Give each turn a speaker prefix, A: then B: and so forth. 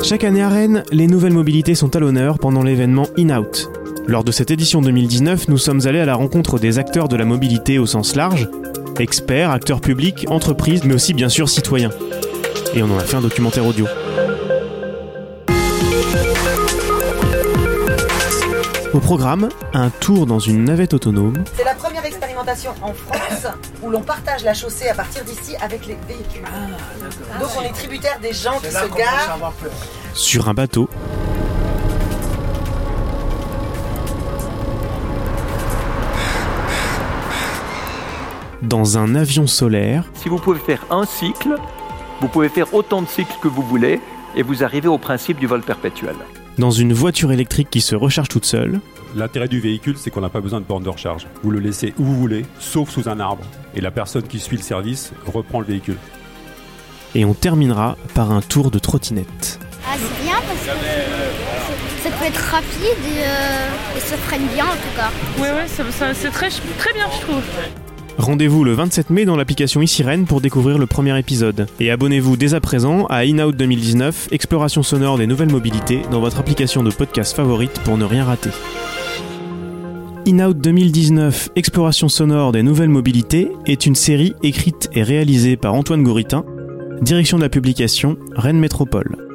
A: Chaque année à Rennes, les nouvelles mobilités sont à l'honneur pendant l'événement In-Out. Lors de cette édition 2019, nous sommes allés à la rencontre des acteurs de la mobilité au sens large, experts, acteurs publics, entreprises, mais aussi bien sûr citoyens. Et on en a fait un documentaire audio. Au programme, un tour dans une navette autonome.
B: C'est la première expérimentation en France où l'on partage la chaussée à partir d'ici avec les véhicules. Donc on est tributaire des gens qui se garent.
A: Sur un bateau. Dans un avion solaire.
C: Si vous pouvez faire un cycle, vous pouvez faire autant de cycles que vous voulez et vous arrivez au principe du vol perpétuel.
A: Dans une voiture électrique qui se recharge toute seule.
D: L'intérêt du véhicule, c'est qu'on n'a pas besoin de borne de recharge. Vous le laissez où vous voulez, sauf sous un arbre. Et la personne qui suit le service reprend le véhicule.
A: Et on terminera par un tour de trottinette.
E: Ah, c'est bien parce que ça peut être rapide et ça freine bien en tout cas.
F: Ouais, c'est très bien je trouve.
A: Rendez-vous le 27 mai dans l'application ici Rennes pour découvrir le premier épisode. Et abonnez-vous dès à présent à In-Out 2019, exploration sonore des nouvelles mobilités dans votre application de podcast favorite pour ne rien rater. In-Out 2019, exploration sonore des nouvelles mobilités est une série écrite et réalisée par Antoine Gouritin, direction de la publication Rennes Métropole.